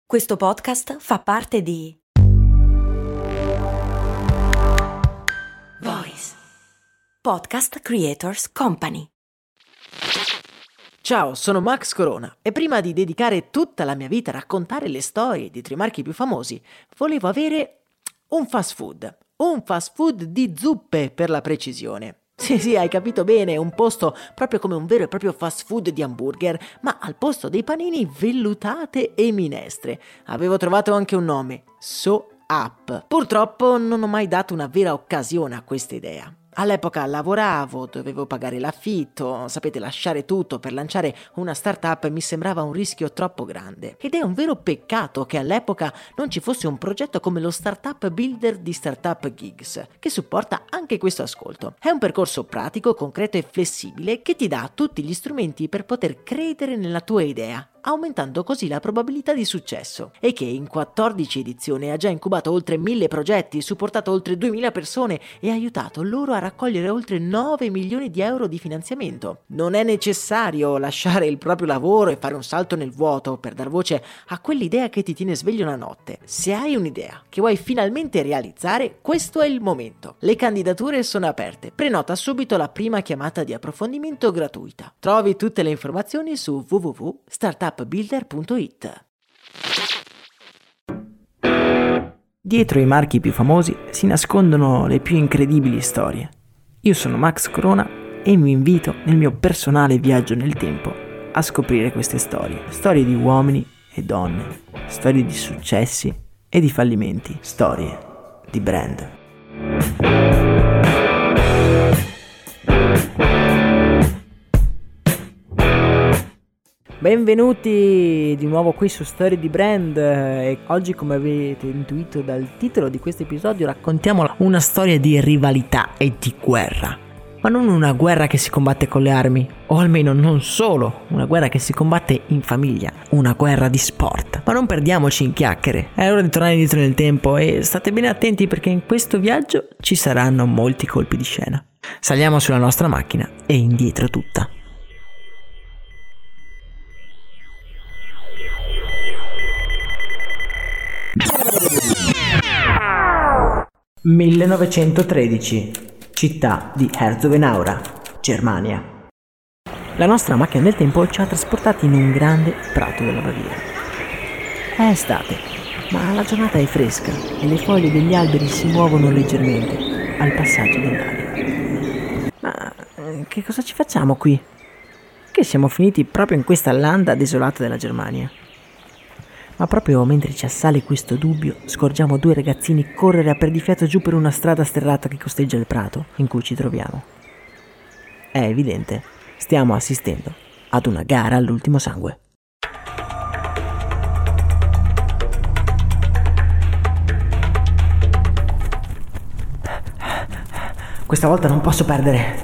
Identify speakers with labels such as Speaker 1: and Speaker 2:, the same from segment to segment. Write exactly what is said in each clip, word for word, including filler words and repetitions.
Speaker 1: Questo podcast fa parte di Voice Podcast Creators Company.
Speaker 2: Ciao, sono Max Corona e prima di dedicare tutta la mia vita a raccontare le storie di tre marchi più famosi, volevo avere un fast food, un fast food di zuppe per la precisione. Sì, sì, hai capito bene, un posto proprio come un vero e proprio fast food di hamburger, ma al posto dei panini vellutate e minestre. Avevo trovato anche un nome, So Up. Purtroppo non ho mai dato una vera occasione a questa idea. All'epoca lavoravo, dovevo pagare l'affitto, sapete, lasciare tutto per lanciare una startup mi sembrava un rischio troppo grande. Ed è un vero peccato che all'epoca non ci fosse un progetto come lo Startup Builder di Startup Gigs, che supporta anche questo ascolto. È un percorso pratico, concreto e flessibile che ti dà tutti gli strumenti per poter credere nella tua idea, aumentando così la probabilità di successo, e che in quattordici edizioni ha già incubato oltre mille progetti, supportato oltre duemila persone e aiutato loro a raccogliere oltre nove milioni di euro di finanziamento. Non è necessario lasciare il proprio lavoro e fare un salto nel vuoto per dar voce a quell'idea che ti tiene sveglio la notte. Se hai un'idea che vuoi finalmente realizzare, questo è il momento. Le candidature sono aperte. Prenota subito la prima chiamata di approfondimento gratuita. Trovi tutte le informazioni su w w w punto startup builder punto it.
Speaker 3: Dietro i marchi più famosi si nascondono le più incredibili storie. Io sono Max Corona e vi invito nel mio personale viaggio nel tempo a scoprire queste storie. Storie di uomini e donne, storie di successi e di fallimenti, storie di brand. Benvenuti di nuovo qui su Storie di Brand e oggi, come avete intuito dal titolo di questo episodio, raccontiamo una storia di rivalità e di guerra. Ma non una guerra che si combatte con le armi, o almeno non solo, una guerra che si combatte in famiglia, una guerra di sport. Ma non perdiamoci in chiacchiere, è ora di tornare indietro nel tempo e state bene attenti perché in questo viaggio ci saranno molti colpi di scena. Saliamo sulla nostra macchina e indietro tutta. millenovecentotredici, città di Herzogenaurach, Germania. La nostra macchina del tempo ci ha trasportati in un grande prato della Baviera. È estate, ma la giornata è fresca e le foglie degli alberi si muovono leggermente al passaggio dell'aria. Ma che cosa ci facciamo qui? Che siamo finiti proprio in questa landa desolata della Germania? Ma proprio mentre ci assale questo dubbio, scorgiamo due ragazzini correre a perdifiato giù per una strada sterrata che costeggia il prato in cui ci troviamo. È evidente, stiamo assistendo ad una gara all'ultimo sangue. Questa volta non posso perdere,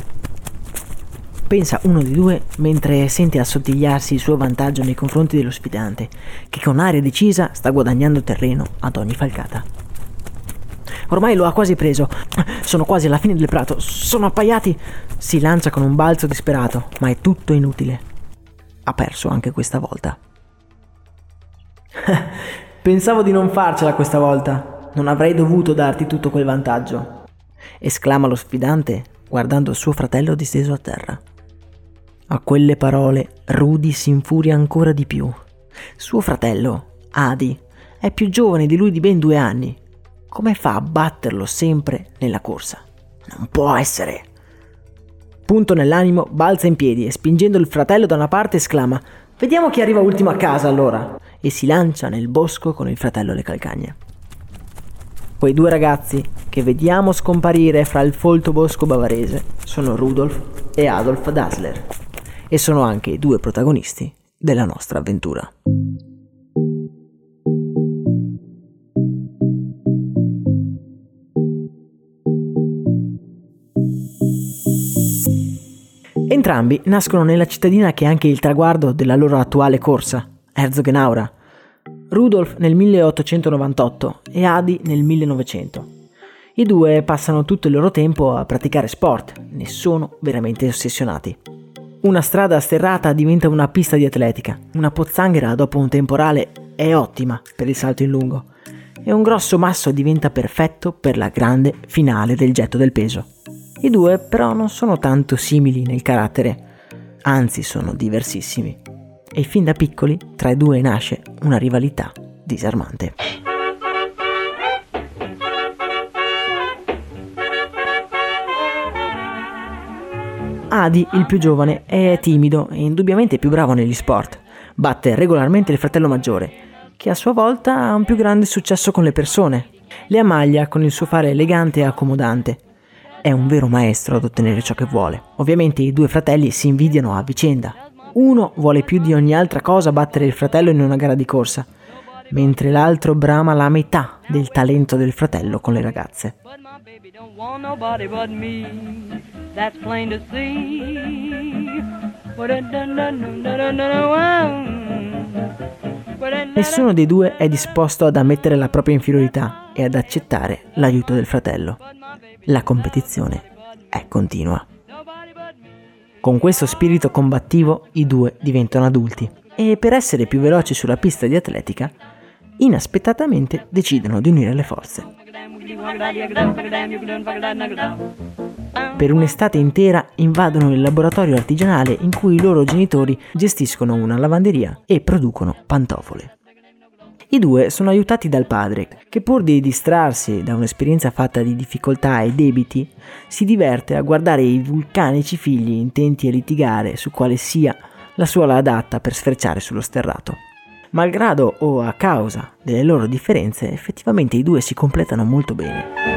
Speaker 3: pensa uno dei due mentre sente assottigliarsi il suo vantaggio nei confronti dello sfidante, che con aria decisa sta guadagnando terreno ad ogni falcata. Ormai lo ha quasi preso, sono quasi alla fine del prato, sono appaiati. Si lancia con un balzo disperato, ma è tutto inutile. Ha perso anche questa volta. Pensavo di non farcela questa volta, non avrei dovuto darti tutto quel vantaggio, esclama lo sfidante guardando suo fratello disteso a terra. A quelle parole Rudy si infuria ancora di più. Suo fratello, Adi, è più giovane di lui di ben due anni. Come fa a batterlo sempre nella corsa? Non può essere. Punto nell'animo, balza in piedi e spingendo il fratello da una parte esclama: «Vediamo chi arriva ultimo a casa allora!» e si lancia nel bosco con il fratello alle calcagna. Quei due ragazzi che vediamo scomparire fra il folto bosco bavarese sono Rudolf e Adolf Dassler e sono anche i due protagonisti della nostra avventura. Entrambi nascono nella cittadina che è anche il traguardo della loro attuale corsa, Herzogenaurach. Rudolf nel milleottocentonovantotto e Adi nel millenovecento. I due passano tutto il loro tempo a praticare sport, ne sono veramente ossessionati. Una strada sterrata diventa una pista di atletica, una pozzanghera dopo un temporale è ottima per il salto in lungo e un grosso masso diventa perfetto per la grande finale del getto del peso. I due però non sono tanto simili nel carattere, anzi sono diversissimi, e fin da piccoli tra i due nasce una rivalità disarmante. Adi, il più giovane, è timido e indubbiamente più bravo negli sport. Batte regolarmente il fratello maggiore, che a sua volta ha un più grande successo con le persone. Le ammaglia con il suo fare elegante e accomodante. È un vero maestro ad ottenere ciò che vuole. Ovviamente i due fratelli si invidiano a vicenda. Uno vuole più di ogni altra cosa battere il fratello in una gara di corsa, mentre l'altro brama la metà del talento del fratello con le ragazze. Nessuno dei due è disposto ad ammettere la propria inferiorità e ad accettare l'aiuto del fratello. La competizione è continua. Con questo spirito combattivo i due diventano adulti e per essere più veloci sulla pista di atletica, inaspettatamente decidono di unire le forze. Per un'estate intera invadono il laboratorio artigianale in cui i loro genitori gestiscono una lavanderia e producono pantofole. I due sono aiutati dal padre, che pur di distrarsi da un'esperienza fatta di difficoltà e debiti, si diverte a guardare i vulcanici figli intenti a litigare su quale sia la suola adatta per sfrecciare sullo sterrato. Malgrado o a causa delle loro differenze, effettivamente i due si completano molto bene.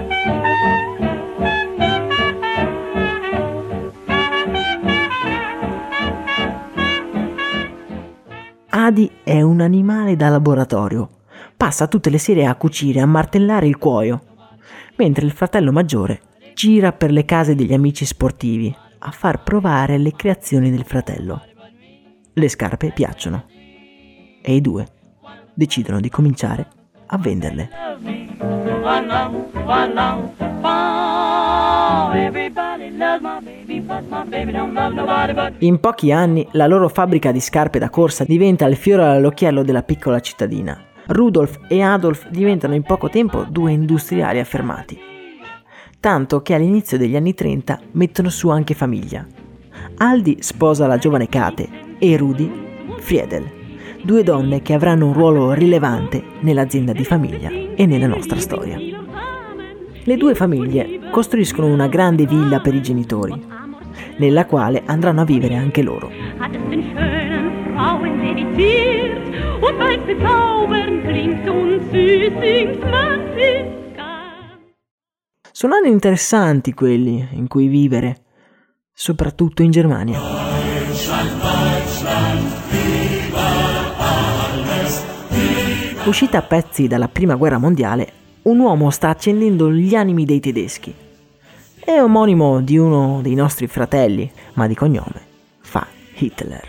Speaker 3: Adi è un animale da laboratorio. Passa tutte le sere a cucire, a martellare il cuoio, mentre il fratello maggiore gira per le case degli amici sportivi a far provare le creazioni del fratello. Le scarpe piacciono e i due decidono di cominciare a venderle. In pochi anni la loro fabbrica di scarpe da corsa diventa il fiore all'occhiello della piccola cittadina. Rudolf e Adolf diventano in poco tempo due industriali affermati, tanto che all'inizio degli anni trenta mettono su anche famiglia. Aldi sposa la giovane Kate e Rudi Friedel, due donne che avranno un ruolo rilevante nell'azienda di famiglia e nella nostra storia. Le due famiglie costruiscono una grande villa per i genitori, nella quale andranno a vivere anche loro. Sono anni interessanti quelli in cui vivere, soprattutto in Germania. Uscita a pezzi dalla Prima Guerra Mondiale, un uomo sta accendendo gli animi dei tedeschi. È omonimo di uno dei nostri fratelli, ma di cognome fa Hitler.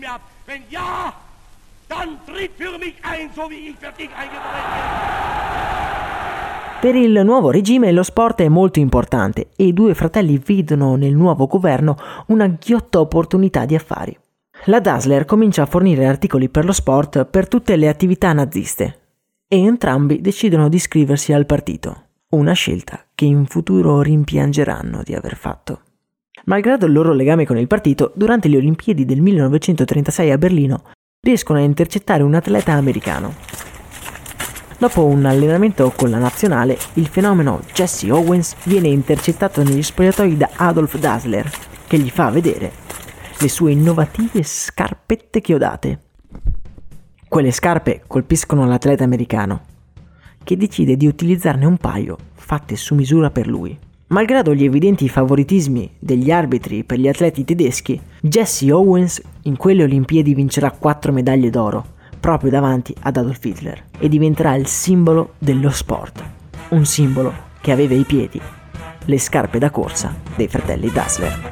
Speaker 3: Per il nuovo regime lo sport è molto importante e i due fratelli vedono nel nuovo governo una ghiotta opportunità di affari. La Dassler comincia a fornire articoli per lo sport per tutte le attività naziste e entrambi decidono di iscriversi al partito, una scelta che in futuro rimpiangeranno di aver fatto. Malgrado il loro legame con il partito, durante le Olimpiadi del millenovecentotrentasei a Berlino riescono a intercettare un atleta americano. Dopo un allenamento con la nazionale, il fenomeno Jesse Owens viene intercettato negli spogliatoi da Adolf Dassler, che gli fa vedere le sue innovative scarpette chiodate. Quelle scarpe colpiscono l'atleta americano, che decide di utilizzarne un paio fatte su misura per lui. Malgrado gli evidenti favoritismi degli arbitri per gli atleti tedeschi, Jesse Owens in quelle Olimpiadi vincerà quattro medaglie d'oro, proprio davanti ad Adolf Hitler, e diventerà il simbolo dello sport, un simbolo che aveva ai piedi le scarpe da corsa dei fratelli Dassler.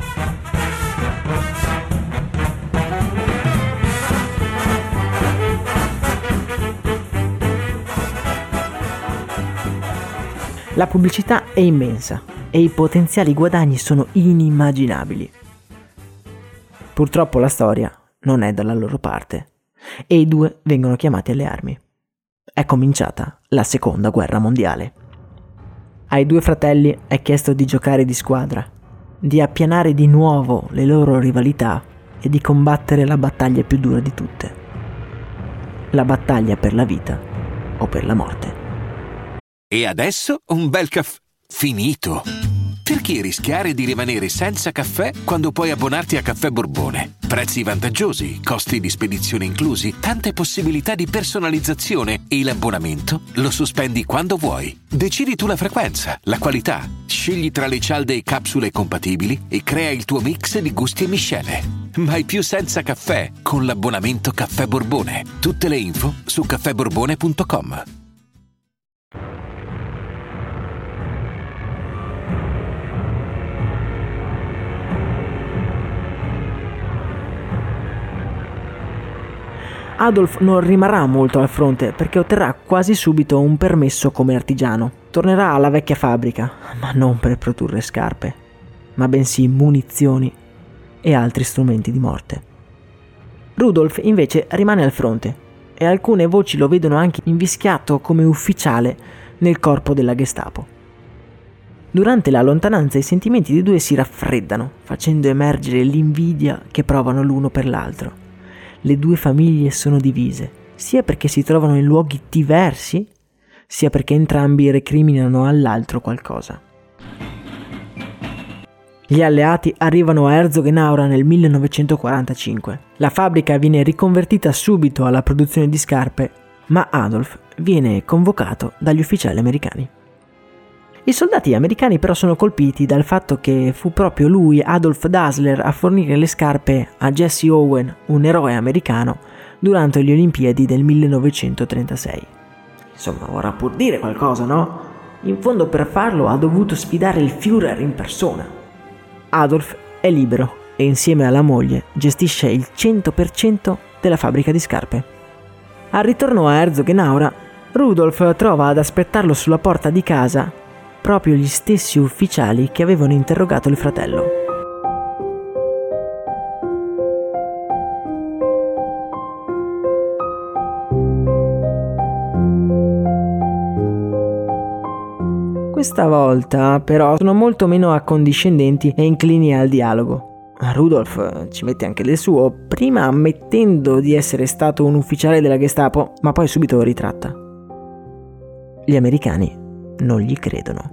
Speaker 3: La pubblicità è immensa e i potenziali guadagni sono inimmaginabili. Purtroppo la storia non è dalla loro parte. e i due vengono chiamati alle armi. È cominciata la seconda guerra mondiale. Ai due fratelli è chiesto di giocare di squadra, di appianare di nuovo le loro rivalità e di combattere la battaglia più dura di tutte. La battaglia per la vita o per la morte.
Speaker 4: E adesso un bel caffè finito. Perché rischiare di rimanere senza caffè quando puoi abbonarti a Caffè Borbone? Prezzi vantaggiosi, costi di spedizione inclusi, tante possibilità di personalizzazione e l'abbonamento lo sospendi quando vuoi. Decidi tu la frequenza, la qualità, scegli tra le cialde e capsule compatibili e crea il tuo mix di gusti e miscele. Mai più senza caffè con l'abbonamento Caffè Borbone. Tutte le info su caffè borbone punto com.
Speaker 3: Adolf non rimarrà molto al fronte perché otterrà quasi subito un permesso come artigiano. Tornerà alla vecchia fabbrica, ma non per produrre scarpe, ma bensì munizioni e altri strumenti di morte. Rudolf invece rimane al fronte e alcune voci lo vedono anche invischiato come ufficiale nel corpo della Gestapo. Durante la lontananza i sentimenti dei due si raffreddano, facendo emergere l'invidia che provano l'uno per l'altro. Le due famiglie sono divise, sia perché si trovano in luoghi diversi, sia perché entrambi recriminano all'altro qualcosa. Gli alleati arrivano a Herzogenaurach nel millenovecentoquarantacinque. La fabbrica viene riconvertita subito alla produzione di scarpe, ma Adolf viene convocato dagli ufficiali americani. I soldati americani però sono colpiti dal fatto che fu proprio lui, Adolf Dassler, a fornire le scarpe a Jesse Owen, un eroe americano, durante le Olimpiadi del millenovecentotrentasei. Insomma, vorrà pur dire qualcosa, no? In fondo per farlo ha dovuto sfidare il Führer in persona. Adolf è libero e insieme alla moglie gestisce il cento per cento della fabbrica di scarpe. Al ritorno a Herzogenaurach, Rudolf trova ad aspettarlo sulla porta di casa proprio gli stessi ufficiali che avevano interrogato il fratello. Questa volta, però, sono molto meno accondiscendenti e inclini al dialogo. Rudolf ci mette anche del suo, prima ammettendo di essere stato un ufficiale della Gestapo, ma poi subito ritratta. Gli americani non gli credono.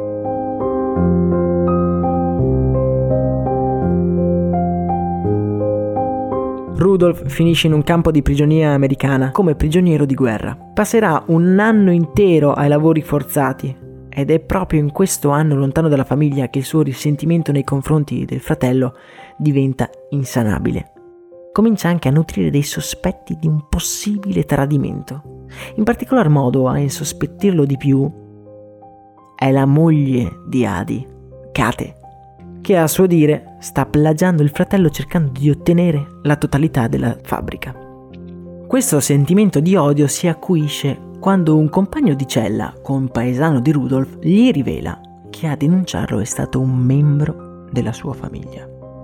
Speaker 3: Rudolf finisce in un campo di prigionia americana come prigioniero di guerra. Passerà un anno intero ai lavori forzati ed è proprio in questo anno lontano dalla famiglia che il suo risentimento nei confronti del fratello diventa insanabile. Comincia anche a nutrire dei sospetti di un possibile tradimento. In particolar modo a insospettirlo di più è la moglie di Adi, Kate, che a suo dire sta plagiando il fratello cercando di ottenere la totalità della fabbrica. Questo sentimento di odio si acuisce quando un compagno di cella, compaesano di Rudolf, gli rivela che a denunciarlo è stato un membro della sua famiglia.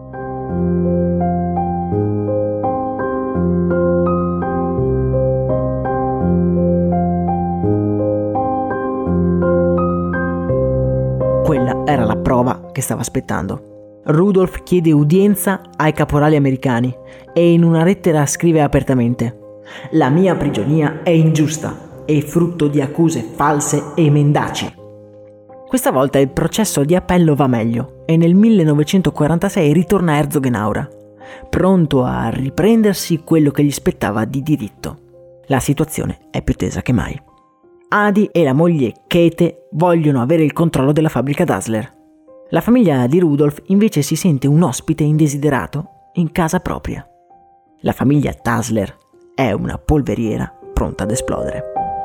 Speaker 3: Quella era la prova che stava aspettando. Rudolf chiede udienza ai caporali americani e in una lettera scrive apertamente: «La mia prigionia è ingiusta e frutto di accuse false e mendaci». Questa volta il processo di appello va meglio e nel millenovecentoquarantasei ritorna a Herzogenaurach, pronto a riprendersi quello che gli spettava di diritto. La situazione è più tesa che mai. Adi e la moglie Kate vogliono avere il controllo della fabbrica Dassler. La famiglia di Rudolf invece si sente un ospite indesiderato in casa propria. La famiglia Dassler è una polveriera pronta ad esplodere.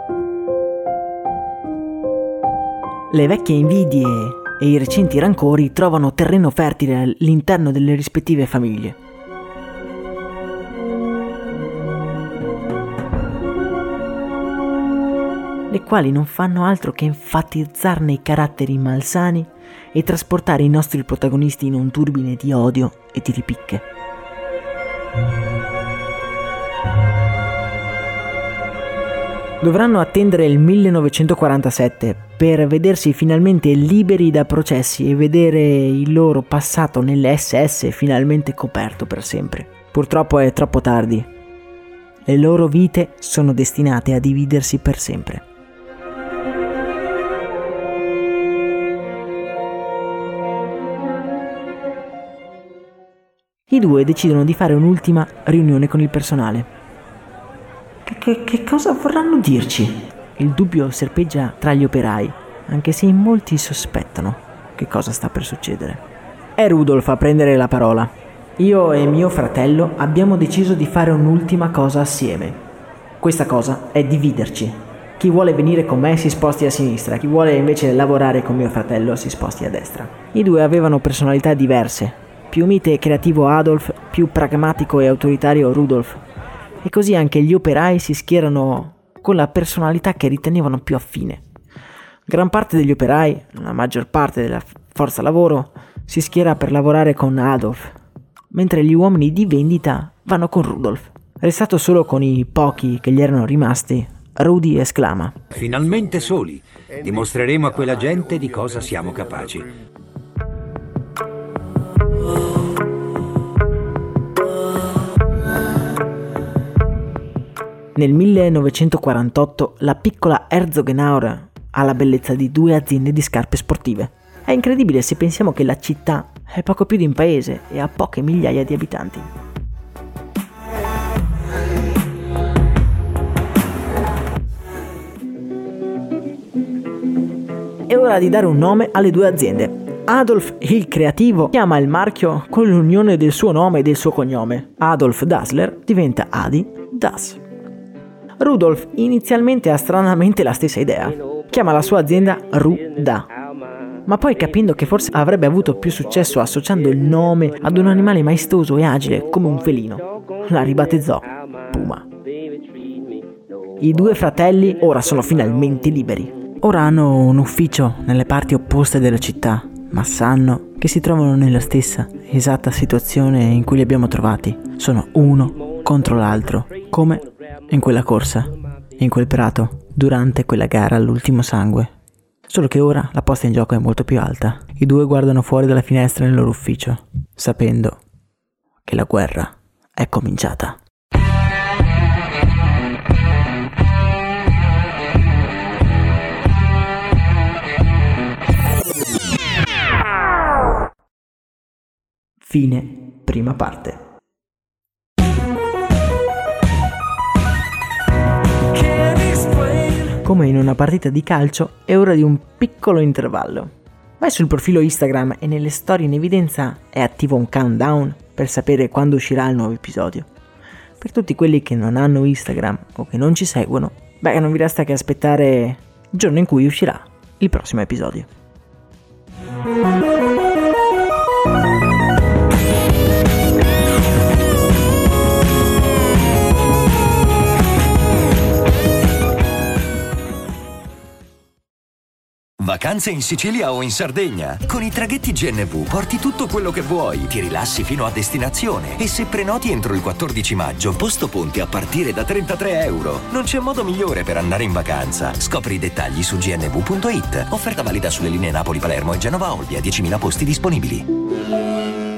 Speaker 3: Le vecchie invidie e i recenti rancori trovano terreno fertile all'interno delle rispettive famiglie. Le quali non fanno altro che enfatizzarne i caratteri malsani e trasportare i nostri protagonisti in un turbine di odio e di ripicche. Dovranno attendere il millenovecentoquarantasette per vedersi finalmente liberi da processi e vedere il loro passato nelle esse esse finalmente coperto per sempre. Purtroppo è troppo tardi. Le loro vite sono destinate a dividersi per sempre. I due decidono di fare un'ultima riunione con il personale. Che, che cosa vorranno dirci? Il dubbio serpeggia tra gli operai, anche se in molti sospettano che cosa sta per succedere. È Rudolf a prendere la parola. Io e mio fratello abbiamo deciso di fare un'ultima cosa assieme. Questa cosa è dividerci. Chi vuole venire con me si sposti a sinistra, chi vuole invece lavorare con mio fratello si sposti a destra. I due avevano personalità diverse. Più mite e creativo Adolf, più pragmatico e autoritario Rudolf. E così anche gli operai si schierano con la personalità che ritenevano più affine. Gran parte degli operai, la maggior parte della forza lavoro, si schiera per lavorare con Adolf, mentre gli uomini di vendita vanno con Rudolf. Restato solo con i pochi che gli erano rimasti, Rudy esclama:
Speaker 5: finalmente soli! Dimostreremo a quella gente di cosa siamo capaci.
Speaker 3: Nel millenovecentoquarantotto la piccola Herzogenaur ha la bellezza di due aziende di scarpe sportive. È incredibile se pensiamo che la città è poco più di un paese e ha poche migliaia di abitanti. È ora di dare un nome alle due aziende. Adolf, il creativo, chiama il marchio con l'unione del suo nome e del suo cognome. Adolf Dassler diventa Adi Das. Rudolf inizialmente ha stranamente la stessa idea. Chiama la sua azienda Ru-Da. Ma poi, capendo che forse avrebbe avuto più successo associando il nome ad un animale maestoso e agile come un felino, la ribattezzò Puma. I due fratelli ora sono finalmente liberi. Ora hanno un ufficio nelle parti opposte della città, ma sanno che si trovano nella stessa esatta situazione in cui li abbiamo trovati. Sono uno contro l'altro, come in quella corsa, in quel prato, durante quella gara all'ultimo sangue. Solo che ora la posta in gioco è molto più alta. I due guardano fuori dalla finestra nel loro ufficio, sapendo che la guerra è cominciata. Fine prima parte. Come in una partita di calcio, è ora di un piccolo intervallo. Vai sul profilo Instagram e nelle storie in evidenza è attivo un countdown per sapere quando uscirà il nuovo episodio. Per tutti quelli che non hanno Instagram o che non ci seguono, beh, non vi resta che aspettare il giorno in cui uscirà il prossimo episodio.
Speaker 6: Vacanze in Sicilia o in Sardegna? Con i traghetti G N V porti tutto quello che vuoi, ti rilassi fino a destinazione e se prenoti entro il quattordici maggio, posto ponti a partire da trentatré euro. Non c'è modo migliore per andare in vacanza. Scopri i dettagli su g n v punto i t. Offerta valida sulle linee Napoli-Palermo e Genova-Olbia, diecimila posti disponibili.